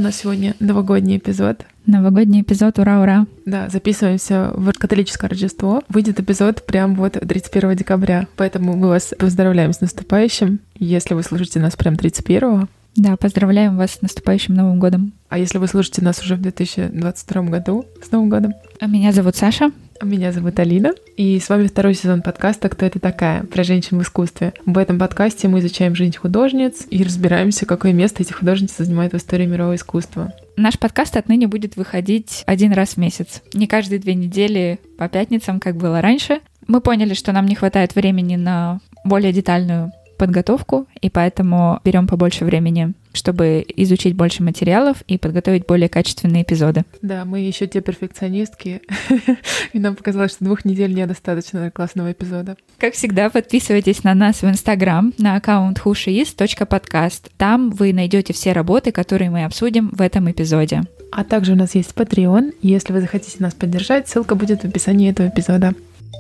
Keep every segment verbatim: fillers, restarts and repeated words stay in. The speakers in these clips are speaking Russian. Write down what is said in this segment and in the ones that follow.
нас сегодня новогодний эпизод. Новогодний эпизод, ура-ура! Да, записываемся в католическое Рождество. Выйдет эпизод прям вот тридцать первого декабря, поэтому мы вас поздравляем с наступающим, если вы слушаете нас прям тридцать первого. Да, поздравляем вас с наступающим Новым годом. А если вы слушаете нас уже в две тысячи двадцать втором году, с Новым годом. А меня зовут Саша. А меня зовут Алина, и с вами второй сезон подкаста «Кто это такая?» про женщин в искусстве. В этом подкасте мы изучаем женщин-художниц и разбираемся, какое место эти художницы занимают в истории мирового искусства. Наш подкаст отныне будет выходить один раз в месяц. Не каждые две недели по пятницам, как было раньше. Мы поняли, что нам не хватает времени на более детальную подготовку, и поэтому берем побольше времени, чтобы изучить больше материалов и подготовить более качественные эпизоды. Да, мы еще те перфекционистки, и нам показалось, что двух недель недостаточно для классного эпизода. Как всегда, подписывайтесь на нас в Инстаграм на аккаунт whosheis точка podcast. Там вы найдете все работы, которые мы обсудим в этом эпизоде. А также у нас есть Patreon. Если вы захотите нас поддержать, ссылка будет в описании этого эпизода.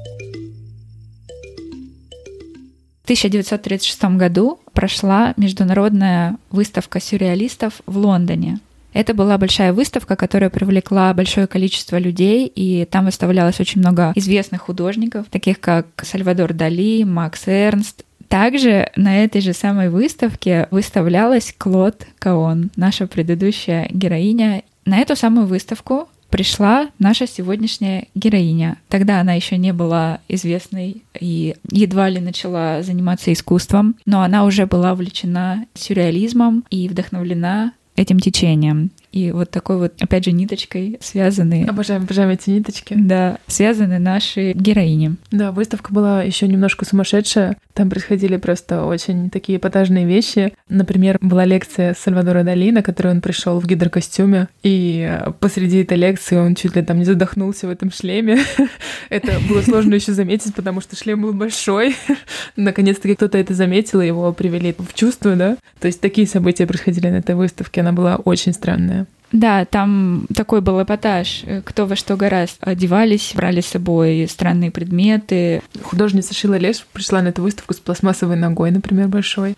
В тысяча девятьсот тридцать шестом году прошла международная выставка сюрреалистов в Лондоне. Это была большая выставка, которая привлекла большое количество людей, и там выставлялось очень много известных художников, таких как Сальвадор Дали, Макс Эрнст. Также на этой же самой выставке выставлялась Клод Каон, наша предыдущая героиня. На эту самую выставку пришла наша сегодняшняя героиня. Тогда она еще не была известной и едва ли начала заниматься искусством, но она уже была увлечена сюрреализмом и вдохновлена этим течением. И вот такой вот, опять же, ниточкой связаны... Обожаем, обожаем эти ниточки. Да, связаны наши героини. Да, выставка была еще немножко сумасшедшая. Там происходили просто очень такие эпатажные вещи. Например, была лекция Сальвадора Дали, на которой он пришел в гидрокостюме, и посреди этой лекции он чуть ли там не задохнулся в этом шлеме. Это было сложно еще заметить, потому что шлем был большой. Наконец-таки кто-то это заметил, и его привели в чувство, да? То есть такие события происходили на этой выставке. Она была очень странная. Да, там такой был эпатаж. Кто во что гораздо одевались, брали с собой странные предметы. Художница Шила Леш пришла на эту выставку с пластмассовой ногой, например, большой.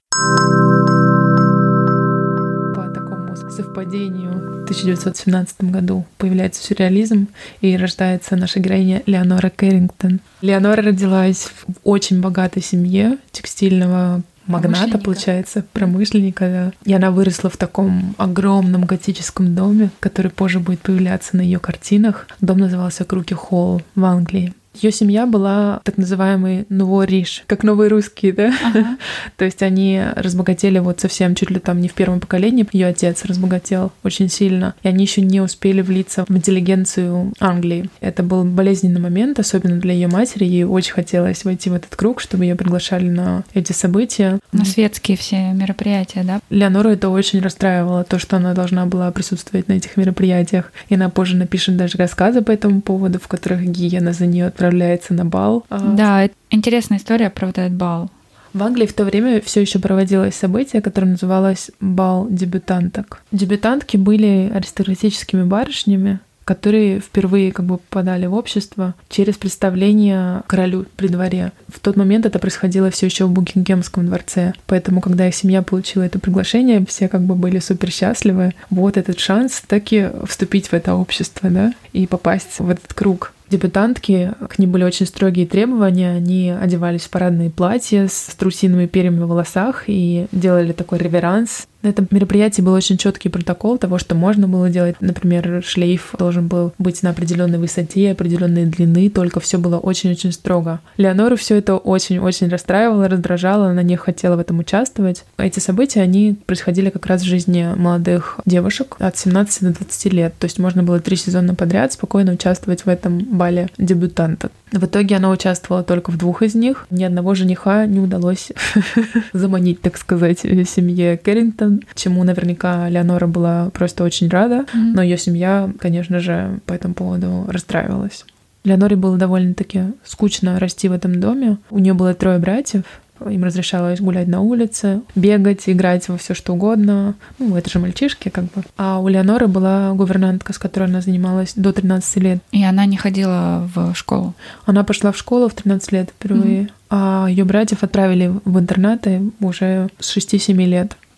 По такому совпадению в тысяча девятьсот семнадцатом году появляется сюрреализм, и рождается наша героиня Леонора Кэррингтон. Леонора родилась в очень богатой семье текстильного магната, получается, промышленника, да. И она выросла в таком огромном готическом доме, который позже будет появляться на ее картинах. Дом назывался Круки Холл в Англии. Ее семья была так называемый nouveau riche, как новые русские, да? Ага. То есть они разбогатели вот совсем чуть ли там не в первом поколении. Ее отец разбогател очень сильно, и они еще не успели влиться в интеллигенцию Англии. Это был болезненный момент, особенно для ее матери. Ей очень хотелось войти в этот круг, чтобы ее приглашали на эти события. На светские все мероприятия, да? Леонору это очень расстраивало, то, что она должна была присутствовать на этих мероприятиях. И она позже напишет даже рассказы по этому поводу, в которых гиена за нее отправляется на бал. Да, интересная история про вот этот бал. В Англии в то время все еще проводилось событие, которое называлось бал дебютанток. Дебютантки были аристократическими барышнями, которые впервые как бы попадали в общество через представление королю при дворе. В тот момент это происходило все еще в Букингемском дворце, поэтому, когда их семья получила это приглашение, все как бы были супер счастливы. Вот этот шанс таки вступить в это общество, да, и попасть в этот круг. Дебютантки, к ним были очень строгие требования, они одевались в парадные платья с трусиными перьями в волосах и делали такой реверанс. На этом мероприятии был очень четкий протокол того, что можно было делать. Например, шлейф должен был быть на определенной высоте, определенной длины, только все было очень-очень строго. Леонору все это очень-очень расстраивало, раздражало, она не хотела в этом участвовать. Эти события, они происходили как раз в жизни молодых девушек от семнадцати до двадцати лет, то есть можно было три сезона подряд спокойно участвовать в этом бале дебютанток. В итоге она участвовала только в двух из них. Ни одного жениха не удалось заманить, так сказать, семье Кэррингтон, чему наверняка Леонора была просто очень рада, mm-hmm. но ее семья, конечно же, по этому поводу расстраивалась. Леоноре было довольно-таки скучно расти в этом доме. У нее было трое братьев. Им разрешалось гулять на улице, бегать, играть во все что угодно. Ну, это же мальчишки, как бы. А у Леоноры была гувернантка, с которой она занималась до тринадцати лет. И она не ходила в школу? Она пошла в школу в тринадцать лет впервые. Mm-hmm. А ее братьев отправили в интернаты уже с шести-семи лет.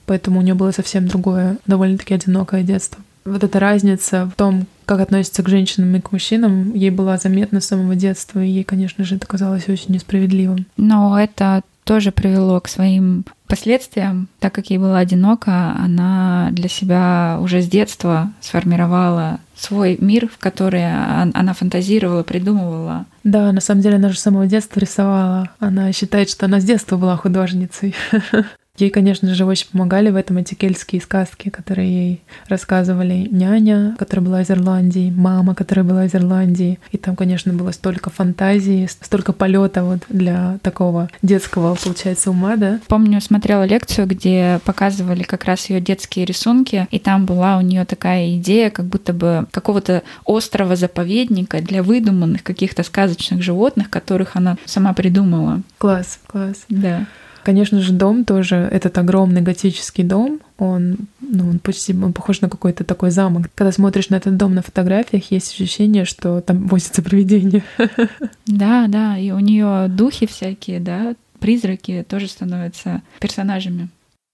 поэтому у нее было совсем другое, довольно-таки одинокое детство. Вот эта разница в том, как относятся к женщинам и к мужчинам, ей была заметна с самого детства, и ей, конечно же, это казалось очень несправедливым. Но это тоже привело к своим последствиям. Так как ей было одиноко, она для себя уже с детства сформировала свой мир, в который она фантазировала, придумывала. Да, на самом деле она же с самого детства рисовала. Она считает, что она с детства была художницей. Ей, конечно же, очень помогали в этом эти кельтские сказки, которые ей рассказывали няня, которая была из Ирландии, мама, которая была из Ирландии. И там, конечно, было столько фантазии, столько полета вот для такого детского, получается, ума, да? Помню, смотрела лекцию, где показывали как раз ее детские рисунки, и там была у нее такая идея, как будто бы какого-то острова-заповедника для выдуманных каких-то сказочных животных, которых она сама придумала. Класс, класс. Да. Конечно же, дом тоже, этот огромный готический дом, он, ну, он почти он похож на какой-то такой замок. Когда смотришь на этот дом на фотографиях, есть ощущение, что там возятся привидения. Да, да, и у нее духи всякие, да, призраки тоже становятся персонажами.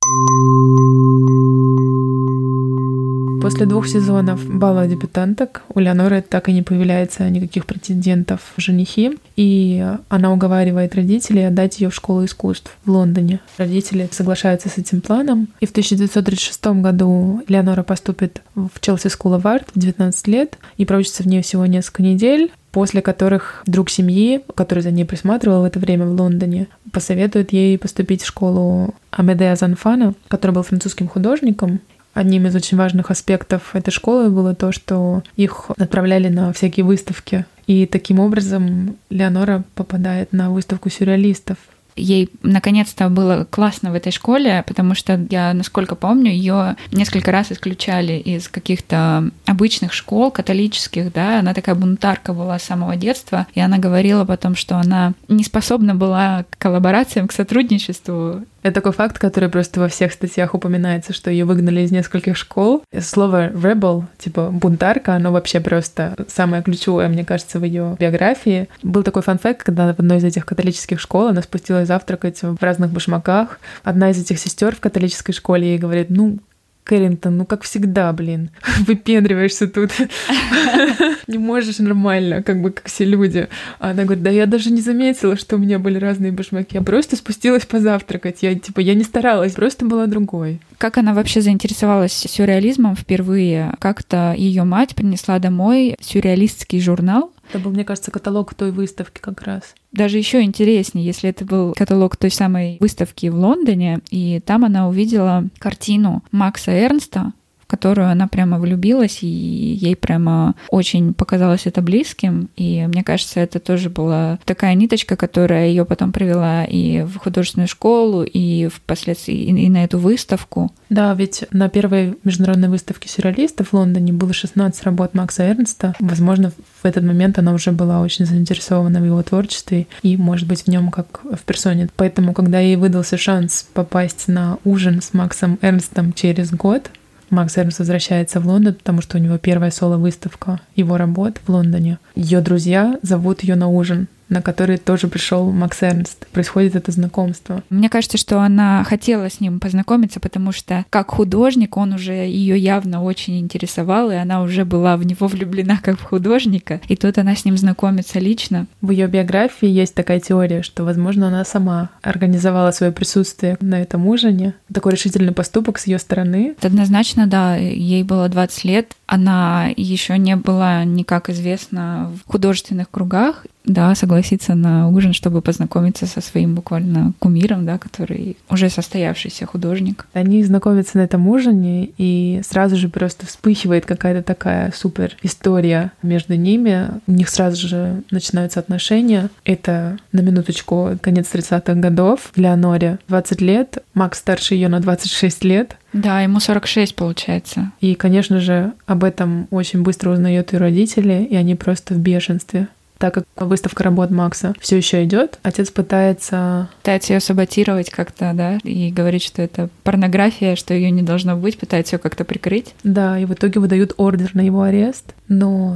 После двух сезонов бала дебютанток у Леоноры так и не появляется никаких претендентов в женихи, и она уговаривает родителей отдать ее в школу искусств в Лондоне. Родители соглашаются с этим планом, и в тысяча девятьсот тридцать шестом году Леонора поступит в Chelsea School of Art в девятнадцать лет и проучится в ней всего несколько недель, после которых друг семьи, который за ней присматривал в это время в Лондоне, посоветует ей поступить в школу Амедея Занфана, который был французским художником. Одним из очень важных аспектов этой школы было то, что их отправляли на всякие выставки. И таким образом Леонора попадает на выставку сюрреалистов. Ей наконец-то было классно в этой школе, потому что я, насколько помню, ее несколько раз исключали из каких-то обычных школ католических, да, она такая бунтарка была с самого детства, и она говорила потом, что она не способна была к коллаборациям, к сотрудничеству. Это такой факт, который просто во всех статьях упоминается, что ее выгнали из нескольких школ. Слово rebel, типа бунтарка, оно вообще просто самое ключевое, мне кажется, в ее биографии. Был такой фан-факт, когда в одной из этих католических школ она спустилась завтракать в разных башмаках. Одна из этих сестер в католической школе ей говорит: ну, Кэррингтон, ну как всегда, блин, выпендриваешься тут, не можешь нормально, как бы как все люди. А она говорит: да я даже не заметила, что у меня были разные башмаки, я просто спустилась позавтракать, я типа я не старалась, просто была другой. Как она вообще заинтересовалась сюрреализмом впервые? Как-то ее мать принесла домой сюрреалистский журнал. Это был, мне кажется, каталог той выставки как раз. Даже еще интереснее, если это был каталог той самой выставки в Лондоне, и там она увидела картину Макса Эрнста, в которую она прямо влюбилась, и ей прямо очень показалось это близким. И мне кажется, это тоже была такая ниточка, которая ее потом привела и в художественную школу, и впоследствии и на эту выставку. Да, ведь на первой международной выставке сюрреалистов в Лондоне было шестнадцать работ Макса Эрнста. Возможно, в этот момент она уже была очень заинтересована в его творчестве и, может быть, в нем как в персоне. Поэтому, когда ей выдался шанс попасть на ужин с Максом Эрнстом через год, Макс Эрнст возвращается в Лондон, потому что у него первая соло-выставка его работ в Лондоне. Ее друзья зовут ее на ужин, на который тоже пришел Макс Эрнст. Происходит это знакомство. Мне кажется, что она хотела с ним познакомиться, потому что как художник он уже ее явно очень интересовал, и она уже была в него влюблена как в художника. И тут она с ним знакомится лично. В ее биографии есть такая теория, что, возможно, она сама организовала свое присутствие на этом ужине. Такой решительный поступок с ее стороны. Однозначно, да. Ей было двадцать лет. Она еще не была никак известна в художественных кругах. Да, согласиться на ужин, чтобы познакомиться со своим буквально кумиром, да, который уже состоявшийся художник. Они знакомятся на этом ужине, и сразу же просто вспыхивает какая-то такая супер история между ними. У них сразу же начинаются отношения. Это, на минуточку, конец тридцатых годов. Леоноре двадцать лет, Макс старше ее на двадцать шесть лет. Да, ему сорок шесть получается. И, конечно же, об этом очень быстро узнают ее родители, и они просто в бешенстве. Так как выставка работ Макса все еще идет, отец пытается... Пытается ее саботировать как-то, да, и говорит, что это порнография, что ее не должно быть, пытается ее как-то прикрыть. Да, и в итоге выдают ордер на его арест, но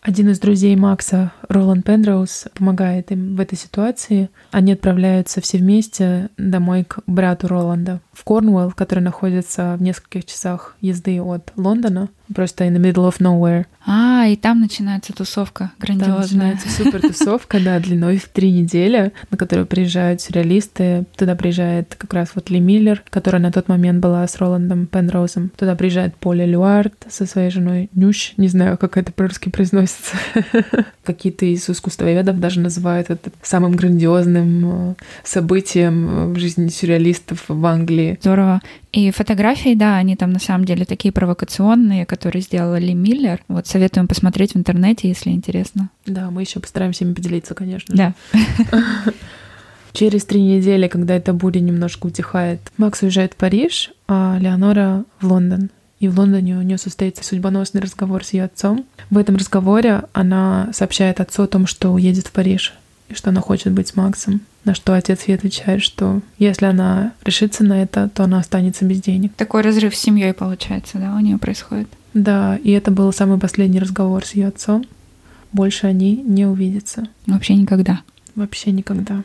Один из друзей Макса, Роланд Пенроуз, помогает им в этой ситуации. Они отправляются все вместе домой к брату Роланда в Корнуолл, который находится в нескольких часах езды от Лондона, просто in the middle of nowhere. А, и там начинается тусовка грандиозная. Там начинается супер тусовка, да, длиной в три недели, на которую приезжают сюрреалисты. Туда приезжает как раз вот Ли Миллер, которая на тот момент была с Роландом Пенроузом. Туда приезжает Поль Элюард со своей женой Нюш, не знаю, как это по-русски произносится. Какие-то из искусствоведов даже называют это самым грандиозным событием в жизни сюрреалистов в Англии. Здорово. И фотографии, да, они там на самом деле такие провокационные, которые сделала Ли Миллер. Вот советуем посмотреть в интернете, если интересно. Да, мы еще постараемся ими поделиться, конечно. Да. Через три недели, когда эта буря немножко утихает, Макс уезжает в Париж, а Леонора в Лондон. И в Лондоне у нее состоится судьбоносный разговор с ее отцом. В этом разговоре она сообщает отцу о том, что уедет в Париж, и что она хочет быть с Максом. На что отец ей отвечает, что если она решится на это, то она останется без денег. Такой разрыв с семьей, получается, да, у нее происходит. Да, и это был самый последний разговор с ее отцом. Больше они не увидятся. Вообще никогда. Вообще никогда.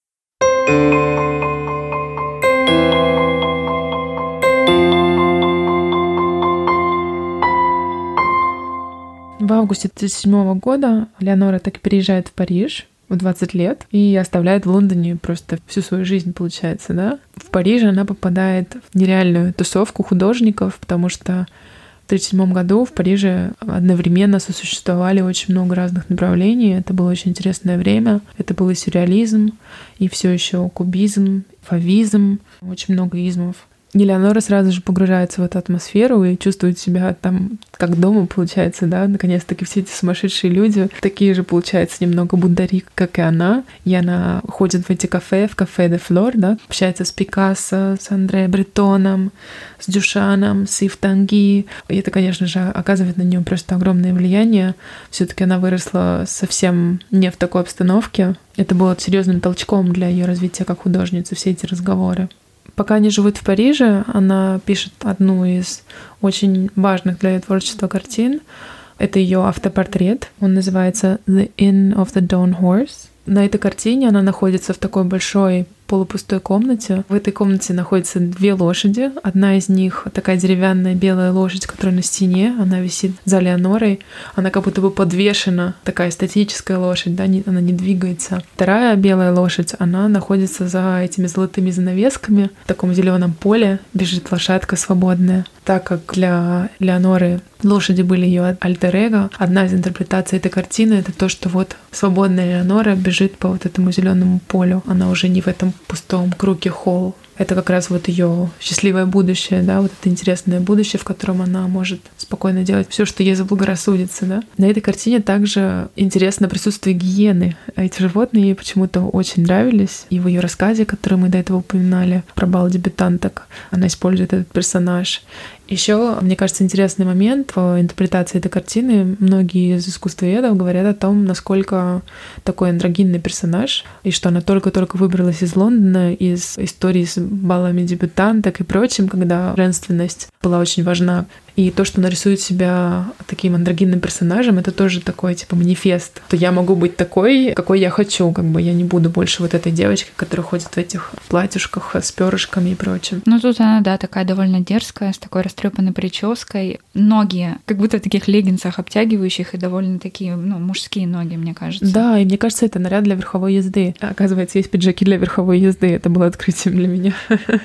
В августе тридцать седьмого года Леонора так и переезжает в Париж в двадцать лет и оставляет в Лондоне просто всю свою жизнь, получается, да. В Париже она попадает в нереальную тусовку художников, потому что в тридцать седьмом году в Париже одновременно сосуществовали очень много разных направлений. Это было очень интересное время. Это был и сюрреализм, и все еще кубизм, фавизм, очень много измов. И Леонора сразу же погружается в эту атмосферу и чувствует себя там как дома, получается, да, наконец-таки все эти сумасшедшие люди, такие же, получается, немного бунтари, как и она, и она ходит в эти кафе, в кафе де Флор, да, общается с Пикассо, с Андре Бретоном, с Дюшаном, с Ив Танги, и это, конечно же, оказывает на нее просто огромное влияние. Все-таки она выросла совсем не в такой обстановке. Это было серьезным толчком для ее развития как художницы, все эти разговоры. Пока они живут в Париже, она пишет одну из очень важных для ее творчества картин. Это ее автопортрет. Он называется «The Inn of the Dawn Horse». На этой картине она находится в такой большой полупустой комнате. В этой комнате находятся две лошади. Одна из них такая деревянная белая лошадь, которая на стене. Она висит за Леонорой. Она как будто бы подвешена. Такая статическая лошадь, да, она не двигается. Вторая белая лошадь, она находится за этими золотыми занавесками. В таком зеленом поле бежит лошадка свободная. Так как для Леоноры лошади были ее альтер-эго, одна из интерпретаций этой картины — это то, что вот свободная Леонора бежит по вот этому зеленому полю. Она уже не в этом пустом круге холл. Это как раз вот ее счастливое будущее, да, вот это интересное будущее, в котором она может спокойно делать все, что ей заблагорассудится, да. На этой картине также интересно присутствие гиены. Эти животные ей почему-то очень нравились. И в ее рассказе, который мы до этого упоминали, про бал дебютанток, она использует этот персонаж. Еще, мне кажется, интересный момент в интерпретации этой картины. Многие из искусствоведов говорят о том, насколько такой андрогинный персонаж, и что она только-только выбралась из Лондона, из истории с балами дебютанток и прочим, когда женственность была очень важна. И то, что она рисует себя таким андрогинным персонажем, это тоже такой, типа, манифест. То я могу быть такой, какой я хочу, как бы я не буду больше вот этой девочкой, которая ходит в этих платьюшках с перышками и прочим. Ну, тут она, да, такая довольно дерзкая, с такой растрепанной прической. Ноги, как будто в таких леггинсах обтягивающих, и довольно такие, ну, мужские ноги, мне кажется. Да, и мне кажется, это наряд для верховой езды. Оказывается, есть пиджаки для верховой езды. Это было открытием для меня.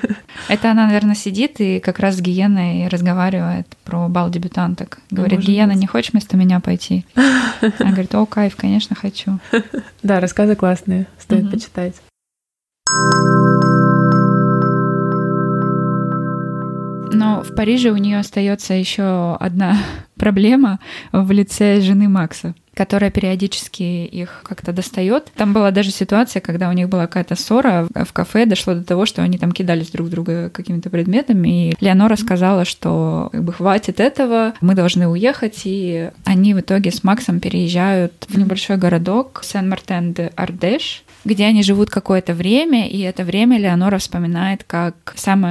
Это она, наверное, сидит и как раз с гиеной разговаривает про бал дебютанток. Говорит: Гиена, не хочешь вместо меня пойти? Она говорит: о, кайф, конечно, хочу. Да, рассказы классные, стоит почитать. Но в Париже у нее остается еще одна проблема в лице жены Макса, которая периодически их как-то достает. Там была даже ситуация, когда у них была какая-то ссора в кафе, дошло до того, что они там кидались друг в друга какими-то предметами, и Леонора сказала, что как бы хватит этого, мы должны уехать, и они в итоге с Максом переезжают в небольшой городок Сен-Мартен-де-Ардеш, где они живут какое-то время, и это время Леонора вспоминает как самое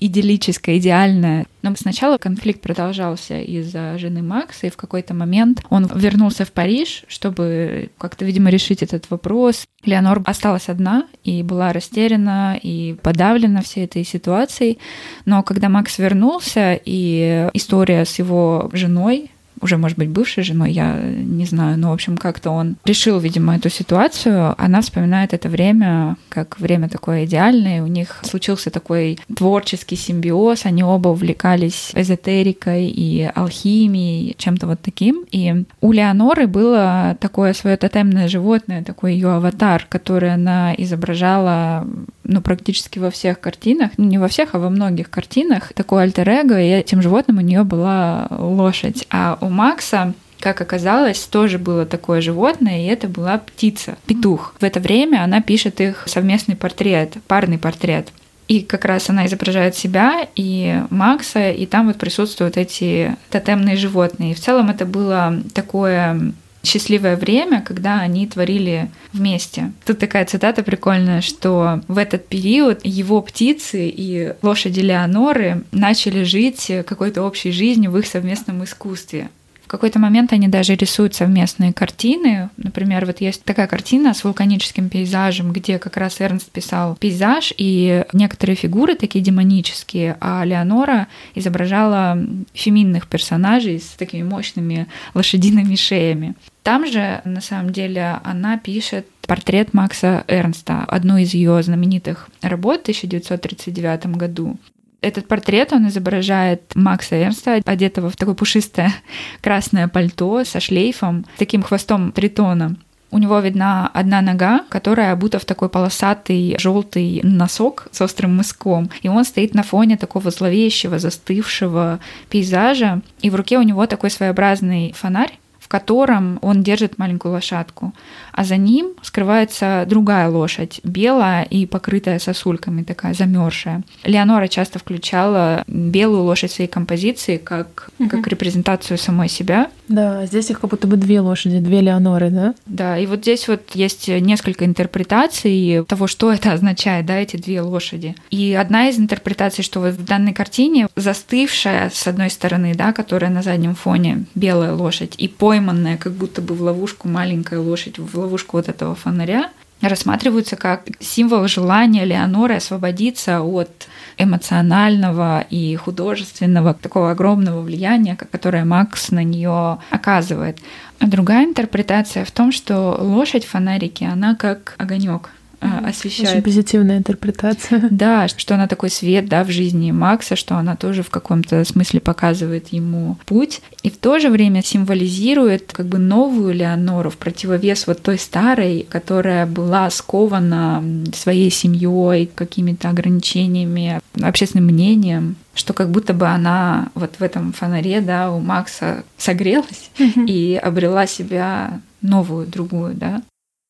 идиллическое, идеальное. Но сначала конфликт продолжался из-за жены Макса, и в какой-то момент он вернулся в Париж, чтобы как-то, видимо, решить этот вопрос. Леонор осталась одна и была растеряна и подавлена всей этой ситуацией. Но когда Макс вернулся, и история с его женой, уже, может быть, бывшей женой, я не знаю, но, в общем, как-то он решил, видимо, эту ситуацию. Она вспоминает это время как время такое идеальное. У них случился такой творческий симбиоз, они оба увлекались эзотерикой и алхимией, чем-то вот таким. И у Леоноры было такое свое тотемное животное, такой ее аватар, который она изображала, ну, практически во всех картинах, ну, не во всех, а во многих картинах, такое альтер-эго, и этим животным у нее была лошадь. А у Макса, как оказалось, тоже было такое животное, и это была птица, петух. В это время она пишет их совместный портрет, парный портрет. И как раз она изображает себя и Макса, и там вот присутствуют эти тотемные животные. И в целом это было такое счастливое время, когда они творили вместе. Тут такая цитата прикольная, что в этот период его птицы и лошади Леоноры начали жить какой-то общей жизнью в их совместном искусстве. В какой-то момент они даже рисуют совместные картины. Например, вот есть такая картина с вулканическим пейзажем, где как раз Эрнст писал пейзаж, и некоторые фигуры такие демонические, а Леонора изображала феминных персонажей с такими мощными лошадиными шеями. Там же, на самом деле, она пишет портрет Макса Эрнста, одну из ее знаменитых работ в тысяча девятьсот тридцать девятом году. Этот портрет, он изображает Макса Эрнста, одетого в такое пушистое красное пальто со шлейфом, таким хвостом тритона. У него видна одна нога, которая обута в такой полосатый желтый носок с острым мыском. И он стоит на фоне такого зловещего, застывшего пейзажа. И в руке у него такой своеобразный фонарь, в котором он держит маленькую лошадку. А за ним скрывается другая лошадь, белая и покрытая сосульками, такая замерзшая. Леонора часто включала белую лошадь в своей композиции как, угу. как репрезентацию самой себя. Да, здесь их как будто бы две лошади, две Леоноры, да? Да, и вот здесь вот есть несколько интерпретаций того, что это означает, да, эти две лошади. И одна из интерпретаций, что вот в данной картине застывшая, с одной стороны, да, которая на заднем фоне белая лошадь, и пойманная как будто бы в ловушку маленькая лошадь, в ловушку вот этого фонаря, рассматриваются как символ желания Леоноры освободиться от эмоционального и художественного такого огромного влияния, которое Макс на нее оказывает. А другая интерпретация в том, что лошадь в фонарике, она как огонек освещает. Очень позитивная интерпретация. Да, что она такой свет, да, в жизни Макса, что она тоже в каком-то смысле показывает ему путь, и в то же время символизирует как бы новую Леонору в противовес вот той старой, которая была скована своей семьей, какими-то ограничениями, общественным мнением, что как будто бы она вот в этом фонаре, да, у Макса согрелась mm-hmm. и обрела себя новую, другую, да.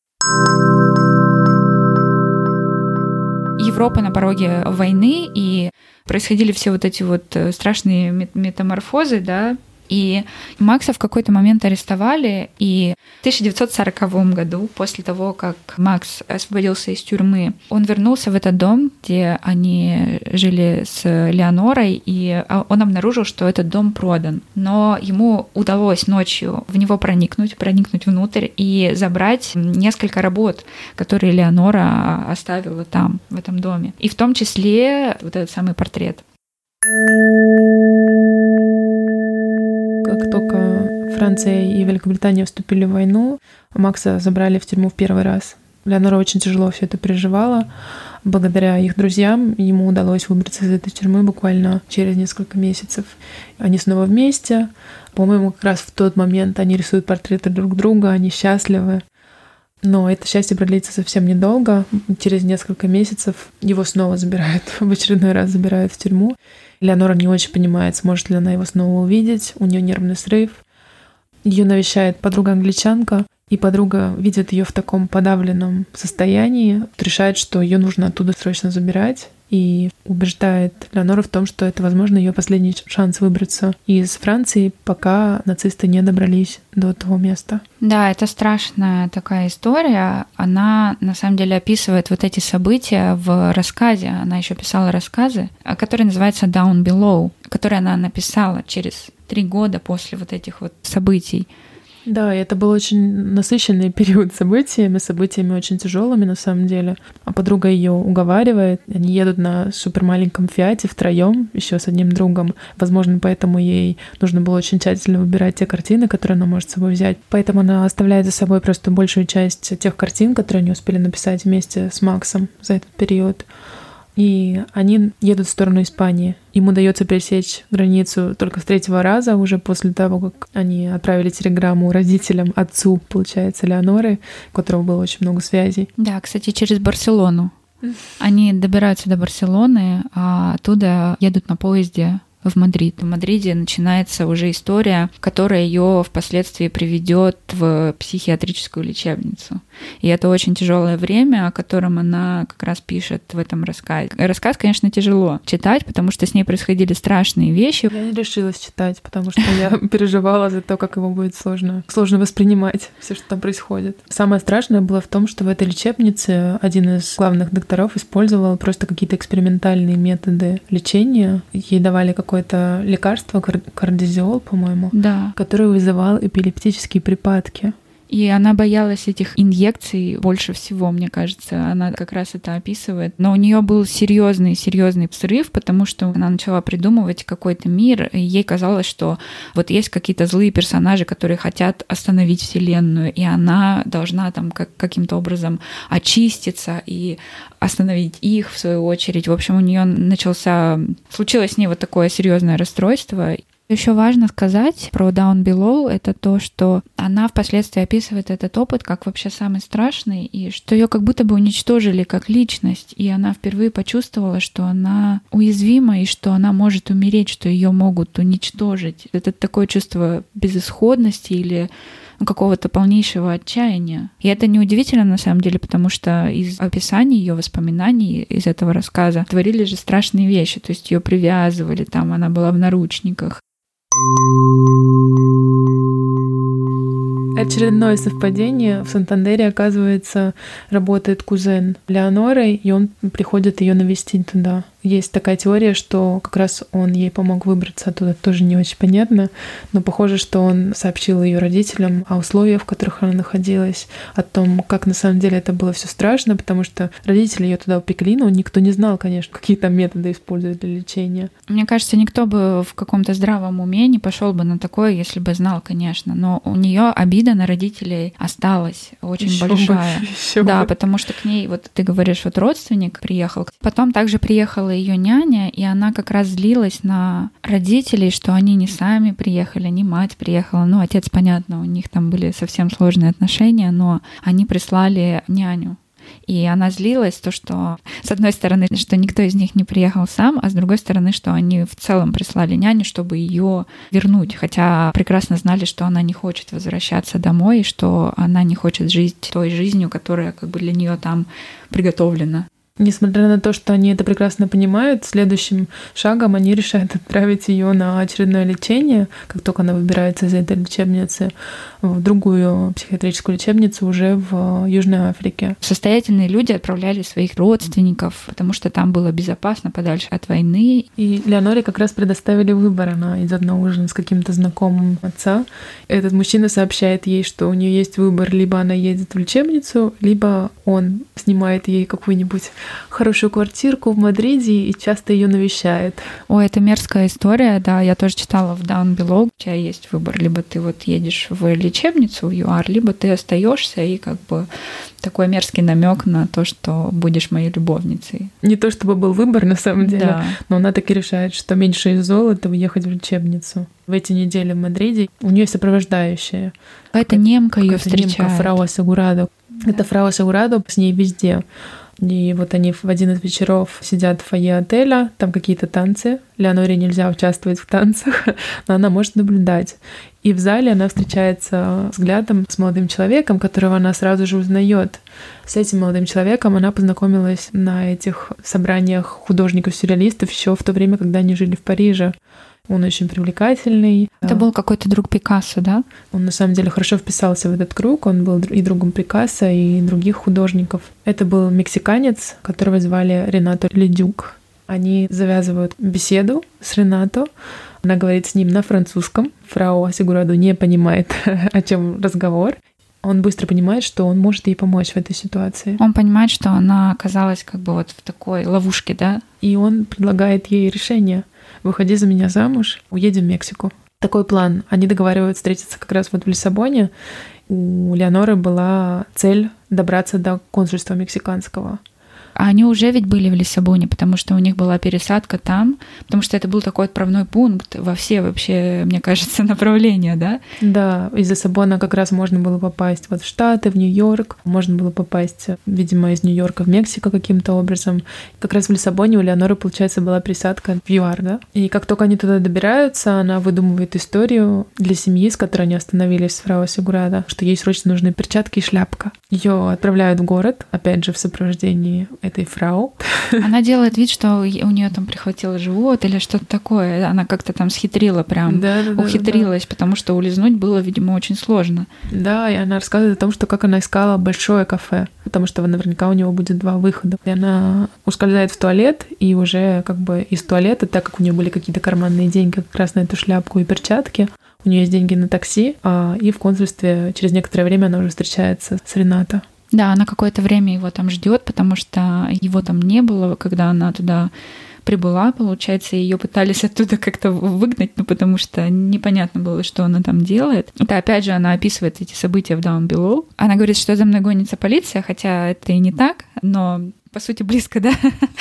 Европа на пороге войны, и происходили все вот эти вот страшные метаморфозы, да, и Макса в какой-то момент арестовали, и в тысяча девятьсот сороковом году, после того, как Макс освободился из тюрьмы, он вернулся в этот дом, где они жили с Леонорой, и он обнаружил, что этот дом продан. Но ему удалось ночью в него проникнуть, проникнуть внутрь и забрать несколько работ, которые Леонора оставила там, в этом доме. И в том числе вот этот самый портрет. Как только Франция и Великобритания вступили в войну, Макса забрали в тюрьму в первый раз. Леонора очень тяжело все это переживала. Благодаря их друзьям ему удалось выбраться из этой тюрьмы буквально через несколько месяцев. Они снова вместе. По-моему, как раз в тот момент они рисуют портреты друг друга, они счастливы. Но это счастье продлится совсем недолго. Через несколько месяцев его снова забирают, в очередной раз забирают в тюрьму. Леонора не очень понимает, сможет ли она его снова увидеть. У нее нервный срыв. Ее навещает подруга-англичанка, и подруга видит ее в таком подавленном состоянии, решает, что ее нужно оттуда срочно забирать. и убеждает Леонору в том, что это, возможно, ее последний шанс выбраться из Франции, пока нацисты не добрались до того места. Да, это страшная такая история. Она, на самом деле, описывает вот эти события в рассказе. Она еще писала рассказы, который называется «Down Below», который она написала через три года после вот этих вот событий. Да, и это был очень насыщенный период событиями, событиями очень тяжелыми на самом деле. А подруга ее уговаривает, они едут на супермаленьком Фиате втроем, еще с одним другом. Возможно, поэтому ей нужно было очень тщательно выбирать те картины, которые она может с собой взять. Поэтому она оставляет за собой просто большую часть тех картин, которые они успели написать вместе с Максом за этот период. И они едут в сторону Испании. Им удается пересечь границу только с третьего раза, уже после того, как они отправили телеграмму родителям, отцу, получается, Леоноры, у которого было очень много связей. Да, кстати, через Барселону. Они добираются до Барселоны, а оттуда едут на поезде в Мадрид. В Мадриде начинается уже история, которая ее впоследствии приведет в психиатрическую лечебницу. И это очень тяжелое время, о котором она как раз пишет в этом рассказе. Рассказ, конечно, тяжело читать, потому что с ней происходили страшные вещи. Я не решилась читать, потому что я переживала за то, как его будет сложно, сложно воспринимать все, что там происходит. Самое страшное было в том, что в этой лечебнице один из главных докторов использовал просто какие-то экспериментальные методы лечения. Ей давали какое какое-то лекарство, кардизиол, по-моему, да, которое вызывало эпилептические припадки. И она боялась этих инъекций больше всего, мне кажется. Она как раз это описывает. Но у нее был серьезный, серьезный срыв, потому что она начала придумывать какой-то мир, и ей казалось, что вот есть какие-то злые персонажи, которые хотят остановить Вселенную, и она должна там как, каким-то образом очиститься и остановить их, в свою очередь. В общем, у нее начался... Случилось с ней вот такое серьезное расстройство. Еще важно сказать про Down Below, это то, что она впоследствии описывает этот опыт как вообще самый страшный, и что ее как будто бы уничтожили как личность, и она впервые почувствовала, что она уязвима и что она может умереть, что ее могут уничтожить. Это такое чувство безысходности или ну, какого-то полнейшего отчаяния. И это неудивительно на самом деле, потому что из описаний ее воспоминаний из этого рассказа творили же страшные вещи, то есть ее привязывали, там она была в наручниках. Очередное совпадение. В Сантандере, оказывается, работает кузен Леоноры, и он приходит ее навестить туда. Есть такая теория, что как раз он ей помог выбраться оттуда, тоже не очень понятно, но похоже, что он сообщил ее родителям о условиях, в которых она находилась, о том, как на самом деле это было все страшно, потому что родители ее туда упекли, но никто не знал, конечно, какие там методы используют для лечения. Мне кажется, никто бы в каком-то здравом уме не пошел бы на такое, если бы знал, конечно, но у нее обида на родителей осталась очень Ещё большая. бы, ещё да, бы. потому что к ней, вот ты говоришь, вот родственник приехал, потом также приехала ее няня, и она как раз злилась на родителей, что они не сами приехали, не мать приехала. Ну, отец, понятно, у них там были совсем сложные отношения, но они прислали няню. И она злилась, то, что, с одной стороны, что никто из них не приехал сам, а с другой стороны, что они в целом прислали няню, чтобы ее вернуть, хотя прекрасно знали, что она не хочет возвращаться домой, и что она не хочет жить той жизнью, которая как бы для нее там приготовлена. Несмотря на то, что они это прекрасно понимают, следующим шагом они решают отправить ее на очередное лечение, как только она выбирается из этой лечебницы, в другую психиатрическую лечебницу уже в Южной Африке. Состоятельные люди отправляли своих родственников, потому что там было безопасно, подальше от войны. И Леоноре как раз предоставили выбор. Она идет на ужин с каким-то знакомым отца. Этот мужчина сообщает ей, что у нее есть выбор: либо она едет в лечебницу, либо он снимает ей какую-нибудь хорошую квартирку в Мадриде и часто ее навещает. Ой, это мерзкая история, да, я тоже читала в Down Below. У тебя есть выбор: либо ты вот едешь в лечебницу в ЮАР, либо ты остаешься, и как бы такой мерзкий намек на то, что будешь моей любовницей. Не то чтобы был выбор на самом деле, да. Но она таки решает, что меньше из золота уехать в лечебницу. В эти недели в Мадриде у нее сопровождающая. Какая-то немка ее встречает. Немка, фрау Асегурадо. Да. Это фрау Асегурадо с ней везде. И вот они в один из вечеров сидят в фойе отеля, там какие-то танцы. Леоноре нельзя участвовать в танцах, но она может наблюдать. И в зале она встречается взглядом с молодым человеком, которого она сразу же узнает. С этим молодым человеком она познакомилась на этих собраниях художников-сюрреалистов еще в то время, когда они жили в Париже. Он очень привлекательный. Это был какой-то друг Пикассо, да? Он на самом деле хорошо вписался в этот круг. Он был и другом Пикассо, и других художников. Это был мексиканец, которого звали Ренато Ледюк. Они завязывают беседу с Ренато. Она говорит с ним на французском. Фрау Асигурадо не понимает, о чем разговор. Он быстро понимает, что он может ей помочь в этой ситуации. Он понимает, что она оказалась как бы вот в такой ловушке, да? И он предлагает ей решение. «Выходи за меня замуж, уедем в Мексику». Такой план. Они договариваются встретиться как раз вот в Лиссабоне. У Леоноры была цель добраться до консульства мексиканского. А они уже ведь были в Лиссабоне, потому что у них была пересадка там, потому что это был такой отправной пункт во все вообще, мне кажется, направления, да? Да, из Лиссабона как раз можно было попасть вот в Штаты, в Нью-Йорк, можно было попасть, видимо, из Нью-Йорка в Мексику каким-то образом. Как раз в Лиссабоне у Леоноры, получается, была пересадка в ЮАР, да? И как только они туда добираются, она выдумывает историю для семьи, с которой они остановились, с фрау Асигурадо, что ей срочно нужны перчатки и шляпка. Ее отправляют в город, опять же, в сопровождении этой фрау. Она делает вид, что у нее там прихватило живот или что-то такое. Она как-то там схитрила прям, да, да, ухитрилась, да, да. Потому что улизнуть было, видимо, очень сложно. Да, и она рассказывает о том, что как она искала большое кафе, потому что наверняка у него будет два выхода. И она ускользает в туалет, и уже как бы из туалета, так как у нее были какие-то карманные деньги как раз на эту шляпку и перчатки, у нее есть деньги на такси, а, и в консульстве через некоторое время она уже встречается с Ренато. Да, она какое-то время его там ждет, потому что его там не было, когда она туда прибыла, получается, ее пытались оттуда как-то выгнать, ну, потому что непонятно было, что она там делает. Это, опять же, она описывает эти события в Down Below. Она говорит, что за мной гонится полиция, хотя это и не так, но по сути, близко, да?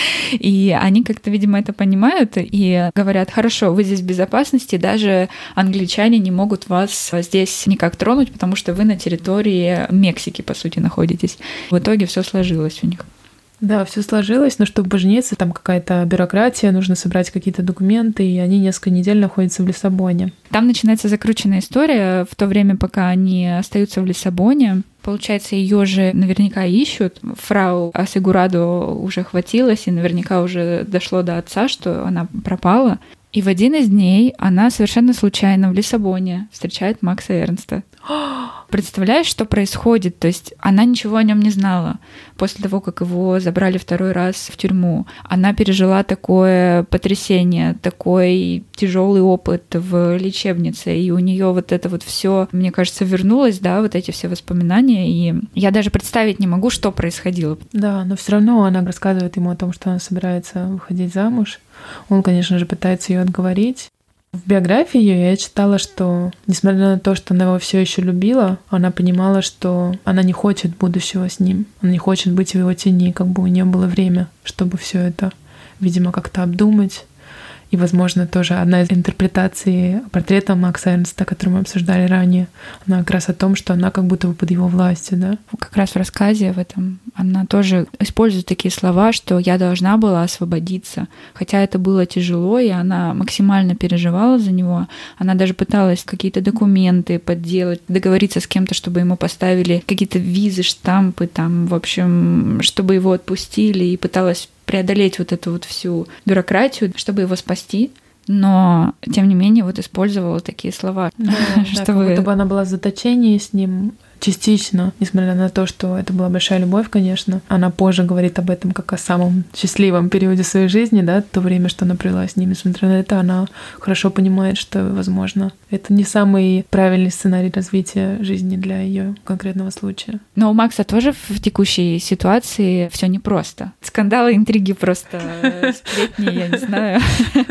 И они как-то, видимо, это понимают и говорят, хорошо, вы здесь в безопасности, даже англичане не могут вас здесь никак тронуть, потому что вы на территории Мексики, по сути, находитесь. В итоге все сложилось у них. Да, все сложилось, но чтобы пожениться, там какая-то бюрократия, нужно собрать какие-то документы, и они несколько недель находятся в Лиссабоне. Там начинается закрученная история. В то время, пока они остаются в Лиссабоне, получается, ее же наверняка ищут. Фрау Асигурадо уже хватилась, и наверняка уже дошло до отца, что она пропала. И в один из дней она совершенно случайно в Лиссабоне встречает Макса Эрнста. Представляешь, что происходит? То есть она ничего о нем не знала. После того, как его забрали второй раз в тюрьму, она пережила такое потрясение, такой тяжелый опыт в лечебнице, и у нее вот это вот все, мне кажется, вернулось, да, вот эти все воспоминания, и я даже представить не могу, что происходило. Да, но все равно она рассказывает ему о том, что она собирается выходить замуж. Он, конечно же, пытается ее отговорить. В биографии ее я читала, что, несмотря на то, что она его все еще любила, она понимала, что она не хочет будущего с ним, она не хочет быть в его тени, как бы у нее было время, чтобы все это, видимо, как-то обдумать. И, возможно, тоже одна из интерпретаций портрета Макса Эрнста, который мы обсуждали ранее, она как раз о том, что она как будто бы под его властью, да? Как раз в рассказе в этом она тоже использует такие слова, что я должна была освободиться. Хотя это было тяжело, и она максимально переживала за него. Она даже пыталась какие-то документы подделать, договориться с кем-то, чтобы ему поставили какие-то визы, штампы, там, в общем, чтобы его отпустили, и пыталась преодолеть вот эту вот всю бюрократию, чтобы его спасти, но, тем не менее, вот использовала такие слова. Да, чтобы... да, как будто бы она была в заточении с ним частично, несмотря на то, что это была большая любовь, конечно. Она позже говорит об этом как о самом счастливом периоде своей жизни, да, то время, что она провела с ним. Несмотря на это, она хорошо понимает, что, возможно, это не самый правильный сценарий развития жизни для ее конкретного случая. Но у Макса тоже в текущей ситуации все непросто. Скандалы, интриги, просто сплетни, я не знаю.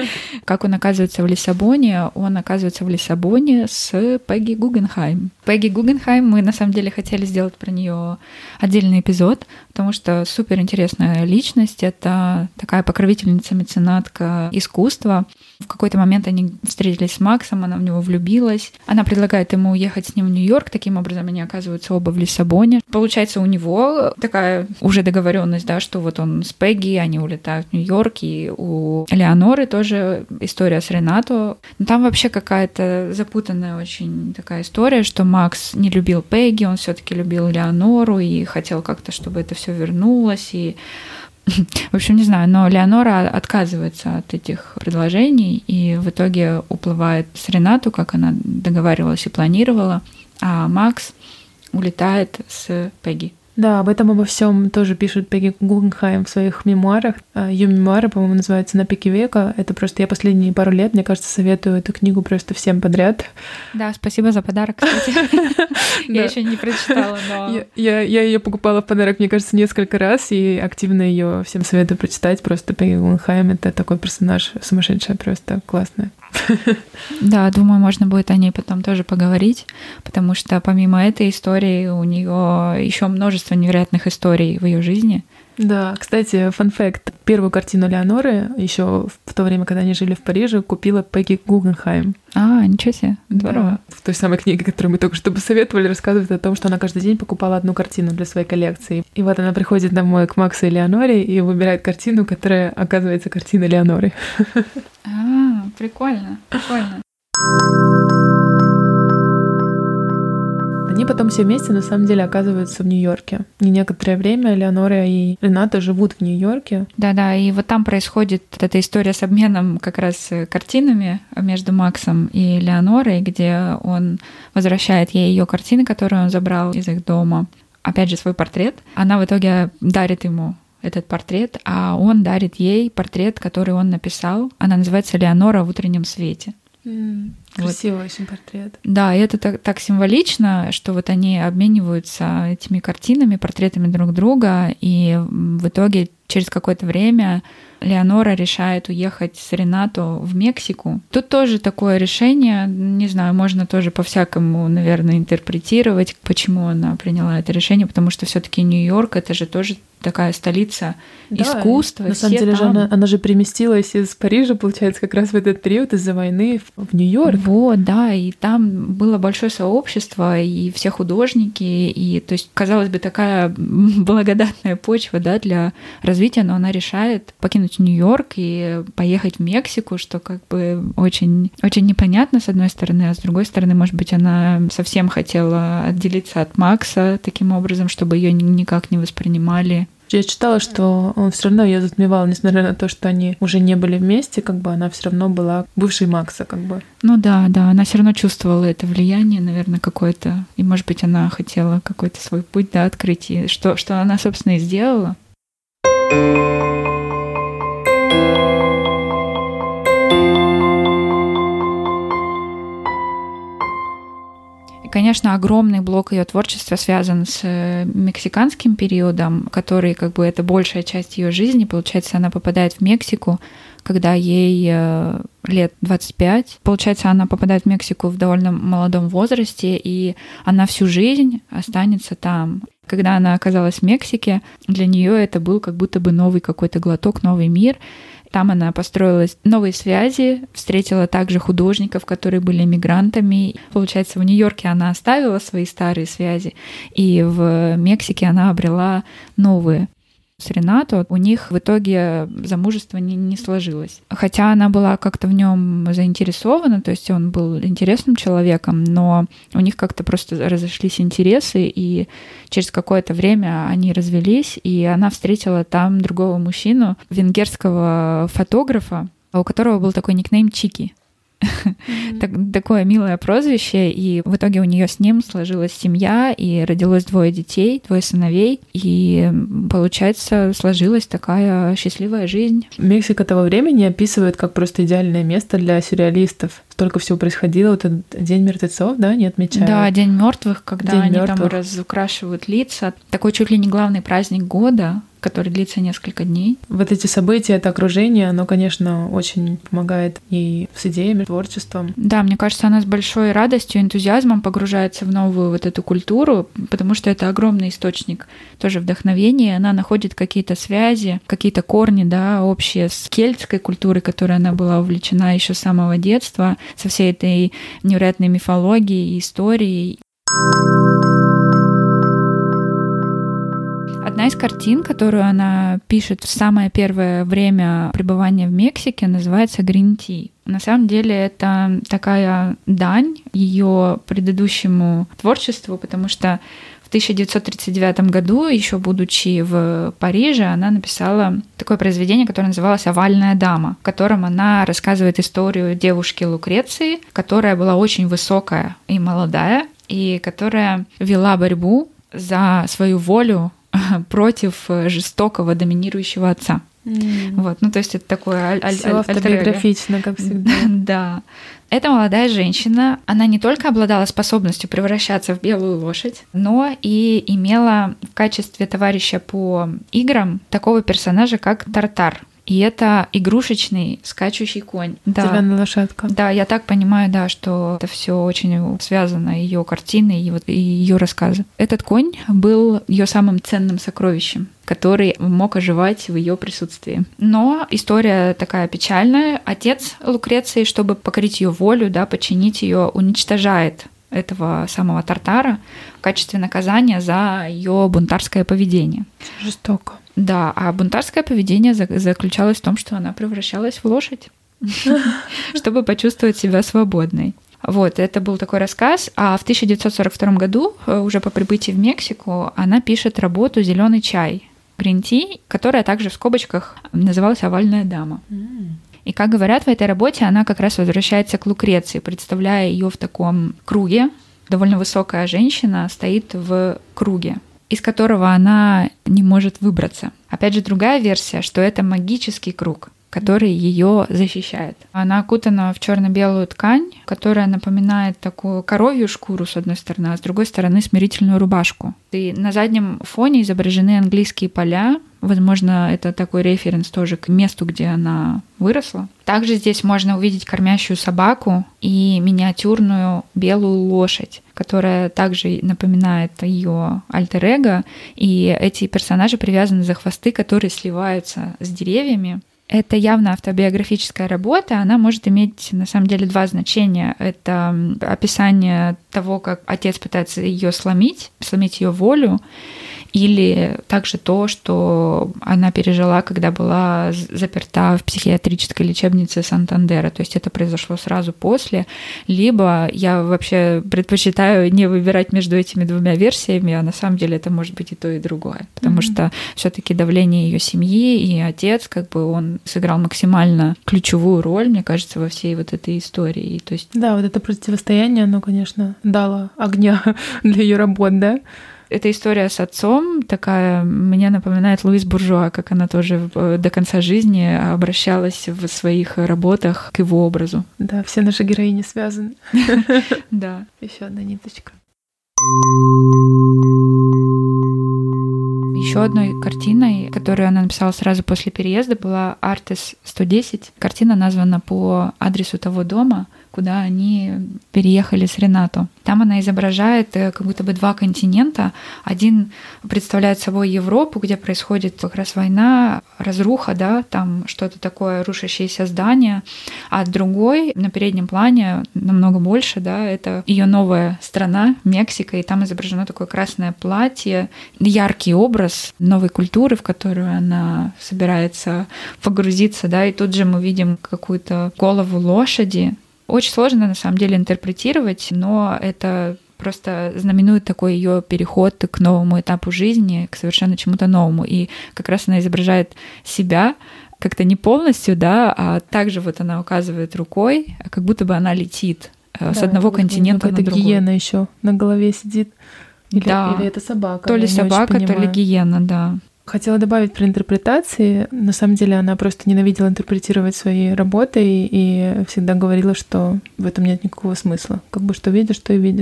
Как он оказывается в Лиссабоне? Он оказывается в Лиссабоне с Пегги Гугенхайм. Пегги Гугенхайм, мы на самом деле хотели сделать про нее отдельный эпизод, потому что суперинтересная личность. Это такая покровительница, меценатка искусства. В какой-то момент они встретились с Максом, она в него влюбилась. Она предлагает ему уехать с ним в Нью-Йорк, таким образом они оказываются оба в Лиссабоне. Получается, у него такая уже договоренность, да, что вот он с Пегги, они улетают в Нью-Йорк, и у Леоноры тоже история с Ренато. Но там вообще какая-то запутанная очень такая история, что Макс не любил Пегги, он все-таки любил Леонору и хотел как-то, чтобы это все вернулось. И в общем, не знаю, но Леонора отказывается от этих предложений и в итоге уплывает с Ренато, как она договаривалась и планировала, а Макс улетает с Пегги. Да, об этом обо всем тоже пишет Пегги Гугенхайм в своих мемуарах. Ее мемуары, по-моему, называются «На пике века». Это просто я последние пару лет, мне кажется, советую эту книгу просто всем подряд. Да, спасибо за подарок, кстати. Я еще не прочитала, но... Я ее покупала в подарок, мне кажется, несколько раз, и активно ее всем советую прочитать. Просто Пегги Гугенхайм — это такой персонаж сумасшедший, просто классная. Да, думаю, можно будет о ней потом тоже поговорить, потому что помимо этой истории у нее еще множество невероятных историй в ее жизни. Да, кстати, фан-факт. Первую картину Леоноры еще в то время, когда они жили в Париже, купила Пегги Гугенхайм. А, ничего себе, здорово. Да. В той самой книге, которую мы только что посоветовали, рассказывает о том, что она каждый день покупала одну картину для своей коллекции. И вот она приходит домой к Максу и Леоноре и выбирает картину, которая оказывается картиной Леоноры. А, прикольно, прикольно. Они потом все вместе на самом деле оказываются в Нью-Йорке. И некоторое время Леонора и Ренато живут в Нью-Йорке. Да-да, и вот там происходит эта история с обменом как раз картинами между Максом и Леонорой, где он возвращает ей ее картины, которые он забрал из их дома. Опять же, свой портрет. Она в итоге дарит ему этот портрет, а он дарит ей портрет, который он написал. Она называется «Леонора в утреннем свете». Mm, красивый очень портрет. Да, и это так, так символично, что вот они обмениваются этими картинами, портретами друг друга, и в итоге через какое-то время Леонора решает уехать с Ренато в Мексику. Тут тоже такое решение, не знаю, можно тоже по-всякому, наверное, интерпретировать, почему она приняла это решение, потому что все-таки Нью-Йорк — это же тоже такая столица да, искусства. На самом деле там... же она, она же переместилась из Парижа, получается, как раз в этот период из-за войны в, в Нью-Йорк. Вот, да, и там было большое сообщество, и все художники, и, то есть, казалось бы, такая благодатная почва, да, для развития, но она решает покинуть Нью-Йорк и поехать в Мексику, что как бы очень, очень непонятно, с одной стороны, а с другой стороны, может быть, она совсем хотела отделиться от Макса таким образом, чтобы ее никак не воспринимали. Я читала, что он все равно ее затмевал, несмотря на то, что они уже не были вместе, как бы она все равно была бывшей Макса, как бы. Ну да, да, она все равно чувствовала это влияние, наверное, какое-то, и, может быть, она хотела какой-то свой путь, да, открыть, и что, что она, собственно, и сделала. Конечно, огромный блок ее творчества связан с мексиканским периодом, который как бы это большая часть ее жизни. Получается, она попадает в Мексику, когда ей лет двадцать пять. Получается, она попадает в Мексику в довольно молодом возрасте, и она всю жизнь останется там. Когда она оказалась в Мексике, для нее это был как будто бы новый какой-то глоток, новый мир. Там она построила новые связи, встретила также художников, которые были эмигрантами. Получается, в Нью-Йорке она оставила свои старые связи, и в Мексике она обрела новые. С Ренато у них в итоге замужество не, не сложилось. Хотя она была как-то в нем заинтересована, то есть он был интересным человеком, но у них как-то просто разошлись интересы, и через какое-то время они развелись, и она встретила там другого мужчину, венгерского фотографа, у которого был такой никнейм Чики. Mm-hmm. так, такое милое прозвище, и в итоге у нее с ним сложилась семья, и родилось двое детей, двое сыновей, и, получается, сложилась такая счастливая жизнь. Мексика того времени описывают как просто идеальное место для сюрреалистов. Столько всего происходило. Вот этот День мертвецов, да, не отмечают? Да, День мертвых, когда День они мертвых. Там разукрашивают лица. Такой чуть ли не главный праздник года. который длится несколько дней. Вот эти события, это окружение, оно, конечно, очень помогает ей с идеями, творчеством. Да, мне кажется, она с большой радостью, энтузиазмом погружается в новую вот эту культуру, потому что это огромный источник тоже вдохновения. Она находит какие-то связи, какие-то корни, да, общие с кельтской культурой, которой она была увлечена еще с самого детства, со всей этой невероятной мифологией и историей. Одна из картин, которую она пишет в самое первое время пребывания в Мексике, называется «Green Tea». На самом деле это такая дань ее предыдущему творчеству, потому что в тысяча девятьсот тридцать девятом году, еще будучи в Париже, она написала такое произведение, которое называлось «Овальная дама», в котором она рассказывает историю девушки Лукреции, которая была очень высокая и молодая, и которая вела борьбу за свою волю против жестокого доминирующего отца. Mm. Вот, ну то есть это такое аль- аль- Всё автобиографично, как всегда. Да. Эта молодая женщина, она не только обладала способностью превращаться в белую лошадь, но и имела в качестве товарища по играм такого персонажа, как Тартар. И это игрушечный скачущий конь. Да. Деревянная лошадка. Да, я так понимаю, да, что это все очень связано, ее картины и, вот, и ее рассказы. Этот конь был ее самым ценным сокровищем, который мог оживать в ее присутствии. Но история такая печальная. Отец Лукреции, чтобы покорить ее волю, да, подчинить ее, уничтожает этого самого Тартара в качестве наказания за ее бунтарское поведение. Жестоко. Да, а бунтарское поведение заключалось в том, что она превращалась в лошадь, чтобы почувствовать себя свободной. Вот, это был такой рассказ. А в тысяча девятьсот сорок втором году, уже по прибытии в Мексику, она пишет работу «Зеленый чай», Green Tea, которая также в скобочках называлась «Овальная дама». И, как говорят, в этой работе она как раз возвращается к Лукреции, представляя ее в таком круге. Довольно высокая женщина стоит в круге, из которого она не может выбраться. Опять же, другая версия, что это магический круг, который ее защищает. Она окутана в черно-белую ткань, которая напоминает такую коровью шкуру, с одной стороны, а с другой стороны смирительную рубашку. И на заднем фоне изображены английские поля. Возможно, это такой референс тоже к месту, где она выросла. Также здесь можно увидеть кормящую собаку и миниатюрную белую лошадь, которая также напоминает ее альтер-эго. И эти персонажи привязаны за хвосты, которые сливаются с деревьями. Это явно автобиографическая работа, она может иметь на самом деле два значения. Это описание того, как отец пытается ее сломить, сломить ее волю, или также то, что она пережила, когда была заперта в психиатрической лечебнице Сантандера. То есть это произошло сразу после. Либо я вообще предпочитаю не выбирать между этими двумя версиями, а на самом деле это может быть и то, и другое. Потому mm-hmm. что все-таки давление ее семьи и отец, как бы он сыграл максимально ключевую роль, мне кажется, во всей вот этой истории. То есть... Да, вот это противостояние, оно, конечно, дало огня для ее работ, да? Эта история с отцом такая мне напоминает Луис Буржуа, как она тоже до конца жизни обращалась в своих работах к его образу. Да, все наши героини связаны. Да. Еще одна ниточка. Еще одной картиной, которую она написала сразу после переезда, была «Артес сто десять». Картина названа по адресу того дома, куда они переехали с Ренато. Там она изображает как будто бы два континента. Один представляет собой Европу, где происходит как раз война, разруха, да, там что-то такое, рушащееся здание. А другой на переднем плане, намного больше, да, это ее новая страна, Мексика, и там изображено такое красное платье, яркий образ новой культуры, в которую она собирается погрузиться, да, и тут же мы видим какую-то голову лошади. Очень сложно, на самом деле, интерпретировать, но это просто знаменует такой ее переход к новому этапу жизни, к совершенно чему-то новому. И как раз она изображает себя как-то не полностью, да, а также вот она указывает рукой, как будто бы она летит да, с одного континента на другой. Это гиена еще на голове сидит. Или, да. или это собака. То ли собака, то ли гиена, да. Хотела добавить про интерпретации. На самом деле она просто ненавидела интерпретировать свои работы и всегда говорила, что в этом нет никакого смысла. Как бы что видишь, то и видишь.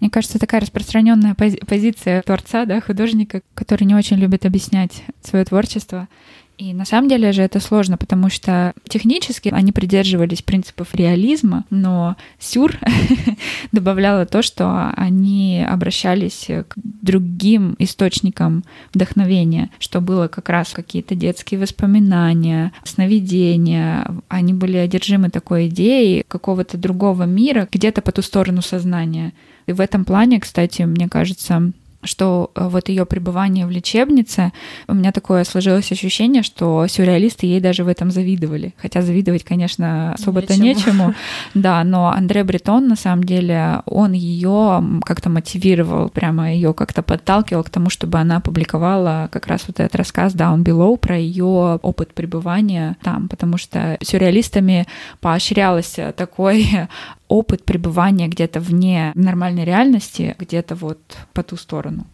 Мне кажется, такая распространенная пози- позиция творца, да, художника, который не очень любит объяснять свое творчество. И на самом деле же это сложно, потому что технически они придерживались принципов реализма, но Сюр добавляла то, что они обращались к другим источникам вдохновения, что было как раз какие-то детские воспоминания, сновидения. Они были одержимы такой идеей какого-то другого мира, где-то по ту сторону сознания. И в этом плане, кстати, мне кажется, что вот ее пребывание в лечебнице, у меня такое сложилось ощущение, что сюрреалисты ей даже в этом завидовали. Хотя завидовать, конечно, особо-то нечему. нечему. Да, но Андре Бретон, на самом деле, он ее как-то мотивировал, прямо ее как-то подталкивал к тому, чтобы она публиковала как раз вот этот рассказ Down Below про ее опыт пребывания там, потому что сюрреалистами поощрялось такой опыт пребывания где-то вне нормальной реальности, где-то вот по ту сторону.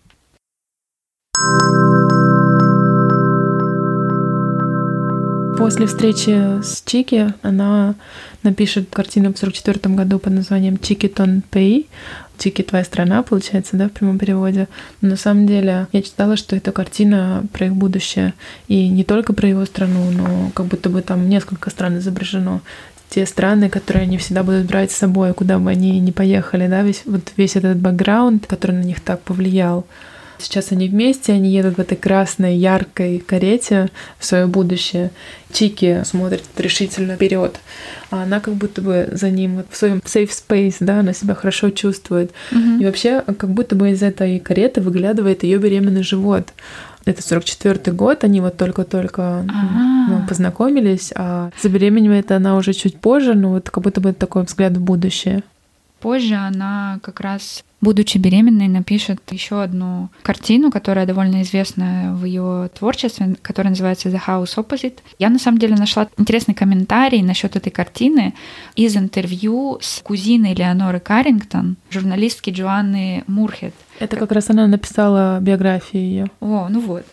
После встречи с Чики она напишет картину в сорок четвёртом году под названием «Чики-тон Пэй». «Чики, твоя страна», получается, да, в прямом переводе. Но на самом деле я читала, что это картина про их будущее. И не только про его страну, но как будто бы там несколько стран изображено. Те страны, которые они всегда будут брать с собой, куда бы они ни поехали, да, весь, вот весь этот бэкграунд, который на них так повлиял. Сейчас они вместе, они едут в этой красной, яркой карете в свое будущее. Чики смотрит решительно вперед, а она как будто бы за ним вот в своем safe space, да, она себя хорошо чувствует. Mm-hmm. И вообще, как будто бы из этой кареты выглядывает ее беременный живот. Это сорок четвёртый год, они вот только-только ну, познакомились, а забеременевает она уже чуть позже, но вот как будто бы такой взгляд в будущее. Позже она как раз, будучи беременной, напишет еще одну картину, которая довольно известна в ее творчестве, которая называется The House Opposite. Я на самом деле нашла интересный комментарий насчет этой картины из интервью с кузиной Леоноры Каррингтон, журналистки Джоанны Мурхед. Это как раз она написала биографию ее. О, ну вот.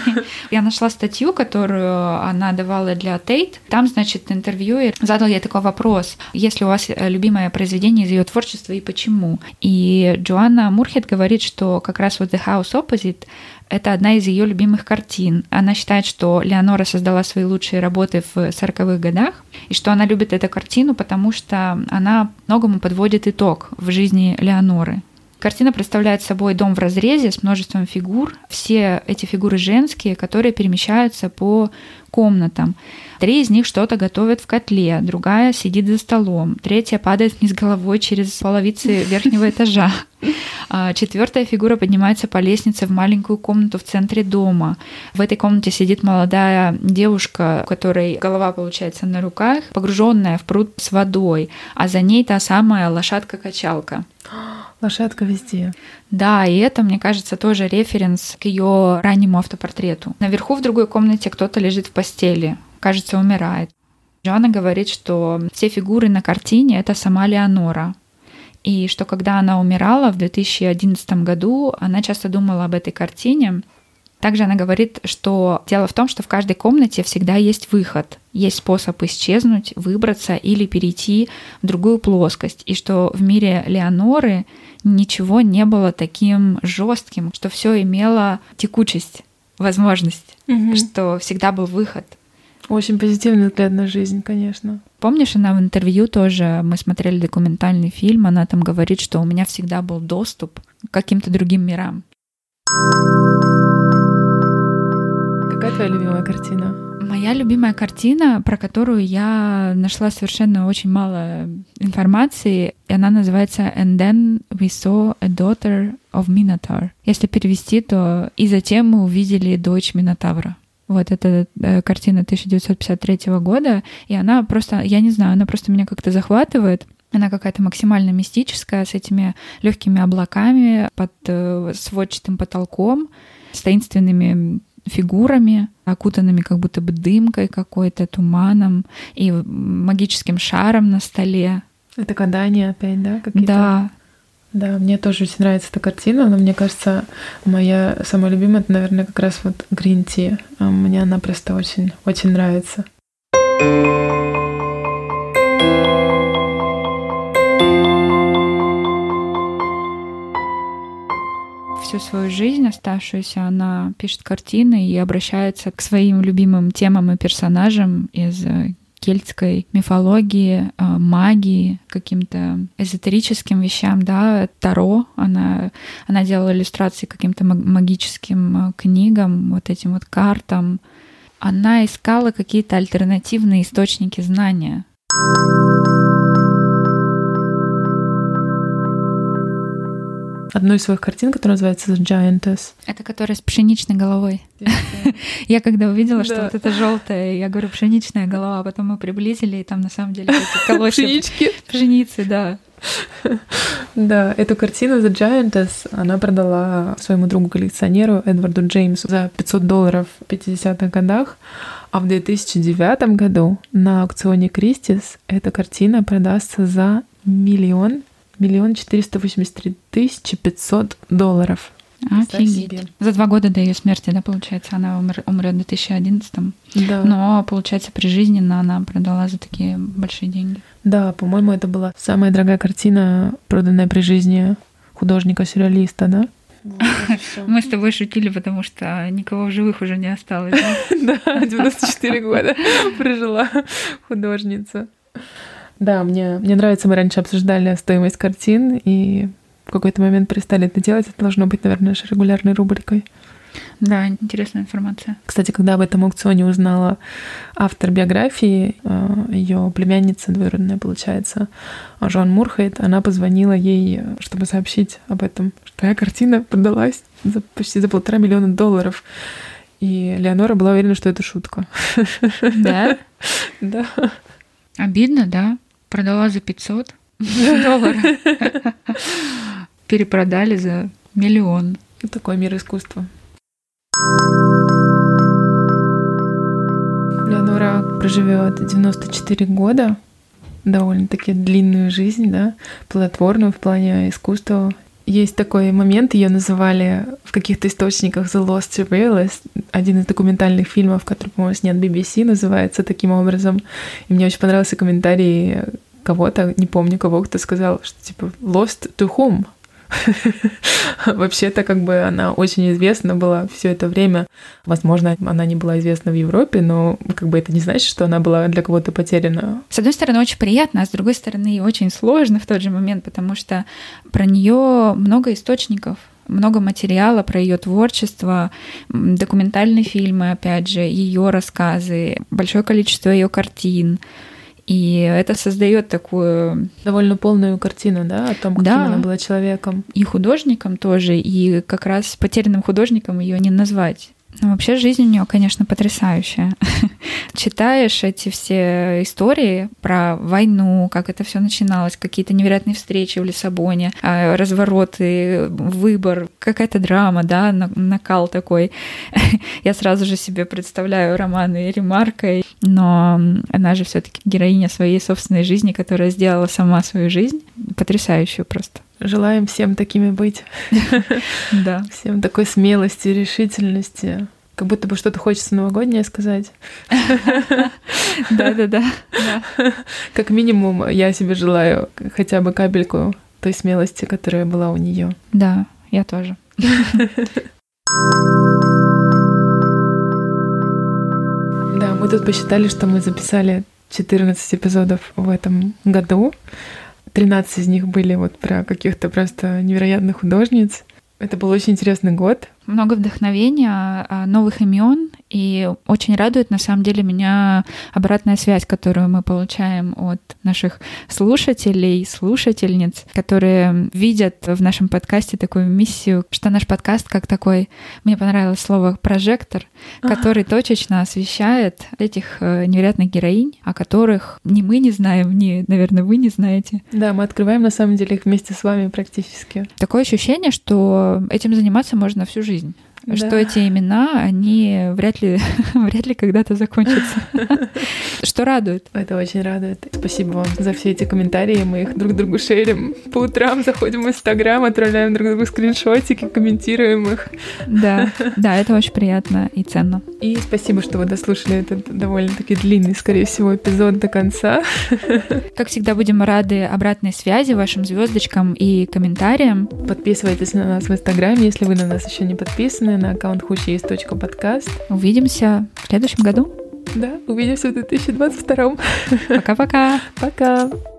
Я нашла статью, которую она давала для Tate. Там, значит, интервьюер задал ей такой вопрос: есть ли у вас любимое произведение из ее творчества и почему? И Джоанна Мурхед говорит, что как раз вот The House Opposite — это одна из ее любимых картин. Она считает, что Леонора создала свои лучшие работы в сороковых годах, и что она любит эту картину, потому что она многому подводит итог в жизни Леоноры. Картина представляет собой дом в разрезе с множеством фигур. Все эти фигуры женские, которые перемещаются по комнатам. Три из них что-то готовят в котле, другая сидит за столом, третья падает вниз головой через половицы верхнего этажа. Четвертая фигура поднимается по лестнице в маленькую комнату в центре дома. В этой комнате сидит молодая девушка, у которой голова, получается, на руках, погруженная в пруд с водой, а за ней та самая лошадка-качалка. Лошадка везде. Да, и это, мне кажется, тоже референс к ее раннему автопортрету. Наверху в другой комнате кто-то лежит в постели, кажется, умирает. Джоанна говорит, что все фигуры на картине — это сама Леонора. И что когда она умирала в две тысячи одиннадцатом году, она часто думала об этой картине. Также она говорит, что дело в том, что в каждой комнате всегда есть выход, есть способ исчезнуть, выбраться или перейти в другую плоскость, и что в мире Леоноры ничего не было таким жестким, что все имело текучесть, возможность, угу. что всегда был выход. Очень позитивный взгляд на жизнь, конечно. Помнишь, она в интервью тоже, мы смотрели документальный фильм, она там говорит, что у меня всегда был доступ к каким-то другим мирам. Какая твоя любимая картина? Моя любимая картина, про которую я нашла совершенно очень мало информации, и она называется «And then we saw a daughter of Minotaur». Если перевести, то «И затем мы увидели дочь Минотавра». Вот это э, картина тысяча девятьсот пятьдесят третьего года, и она просто, я не знаю, она просто меня как-то захватывает. Она какая-то максимально мистическая, с этими легкими облаками под э, сводчатым потолком, с таинственными фигурами, окутанными как будто бы дымкой какой-то, туманом и магическим шаром на столе. Это гадания опять, да? Какие-то? Да. Да, мне тоже очень нравится эта картина, но мне кажется, моя самая любимая — это, наверное, как раз вот Green Tea. Мне она просто очень, очень нравится. всю свою жизнь оставшуюся она пишет картины и обращается к своим любимым темам и персонажам из кельтской мифологии, магии, каким-то эзотерическим вещам, да, таро. Она, она делала иллюстрации к каким-то магическим книгам, вот этим вот картам. Она искала какие-то альтернативные источники знания. Одну из своих картин, которая называется The Giantess. Это которая с пшеничной головой. Я когда увидела, что вот это желтая, я говорю, пшеничная голова, а потом мы приблизили, и там на самом деле эти колосья пшеницы, да. Да, эту картину The Giantess она продала своему другу-коллекционеру Эдварду Джеймсу за пятьсот долларов в пятидесятых годах, а в две тысячи девятом году на аукционе Кристис эта картина продастся за миллион Миллион четыреста восемьдесят три тысячи пятьсот долларов. Офигеть. За два года до ее смерти, да, получается, она умр, умрет в две тысячи одиннадцатом. Да. Но, получается, прижизненно она продала за такие большие деньги. Да, по-моему, это была самая дорогая картина, проданная при жизни художника-сюрреалиста, да? Мы с тобой шутили, потому что никого в живых уже не осталось. Да, девяносто четыре года прожила художница. Да, мне, мне нравится, мы раньше обсуждали стоимость картин, и в какой-то момент перестали это делать. Это должно быть, наверное, нашей регулярной рубрикой. Да, интересная информация. Кстати, когда об этом аукционе узнала автор биографии, ее племянница двоюродная, получается, Жоан Мурхейт, она позвонила ей, чтобы сообщить об этом, что твоя картина продалась за, почти за полтора миллиона долларов. И Леонора была уверена, что это шутка. Да? Да. Обидно, да? Продала за пятьсот долларов. Перепродали за миллион. Такой мир искусства. Леонора проживет девяносто четыре года, довольно-таки длинную жизнь, да, плодотворную в плане искусства. Есть такой момент, ее называли в каких-то источниках The Lost Surrealist, один из документальных фильмов, который, по-моему, снят би би си, называется таким образом. И мне очень понравился комментарий кого-то, не помню кого, кто сказал, что типа «Lost to whom?» Вообще-то как бы она очень известна была все это время. Возможно, она не была известна в Европе, но как бы это не значит, что она была для кого-то потеряна. С одной стороны, очень приятно, а с другой стороны, и очень сложно в тот же момент, потому что про нее много источников, много материала про ее творчество, документальные фильмы, опять же, ее рассказы, большое количество ее картин. И это создает такую довольно полную картину, да, о том, каким да. она была человеком. И художником тоже, и как раз потерянным художником ее не назвать. Но вообще жизнь у нее, конечно, потрясающая. Читаешь эти все истории про войну, как это все начиналось, какие-то невероятные встречи в Лиссабоне, развороты, выбор, какая-то драма, да, накал такой. Я сразу же себе представляю романы Ремарка, но она же все-таки героиня своей собственной жизни, которая сделала сама свою жизнь, потрясающую просто. Желаем всем такими быть. Да. Всем такой смелости, решительности. Как будто бы что-то хочется новогоднее сказать. Да-да-да. Как минимум, я себе желаю хотя бы капельку той смелости, которая была у нее. Да, я тоже. Да, мы тут посчитали, что мы записали четырнадцать эпизодов в этом году. тринадцать из них были вот про каких-то просто невероятных художниц. Это был очень интересный год. Много вдохновения, новых имен, и очень радует на самом деле меня обратная связь, которую мы получаем от наших слушателей, слушательниц, которые видят в нашем подкасте такую миссию, что наш подкаст как такой, мне понравилось слово «прожектор», который точечно освещает этих невероятных героинь, о которых ни мы не знаем, ни, наверное, вы не знаете. Да, мы открываем на самом деле их вместе с вами практически. Такое ощущение, что этим заниматься можно всю жизнь. Да. что эти имена, они вряд ли, вряд ли когда-то закончатся. Что радует. Это очень радует. Спасибо вам за все эти комментарии. Мы их друг другу шерим. По утрам заходим в Инстаграм, отправляем друг другу скриншотики, комментируем их. Да, да, это очень приятно и ценно. И спасибо, что вы дослушали этот довольно-таки длинный, скорее всего, эпизод до конца. Как всегда, будем рады обратной связи, вашим звездочкам и комментариям. Подписывайтесь на нас в Инстаграме, если вы на нас еще не подписаны, на аккаунт хучиис точка подкаст. Увидимся в следующем году. Да, увидимся в две тысячи двадцать втором. Пока-пока. Пока.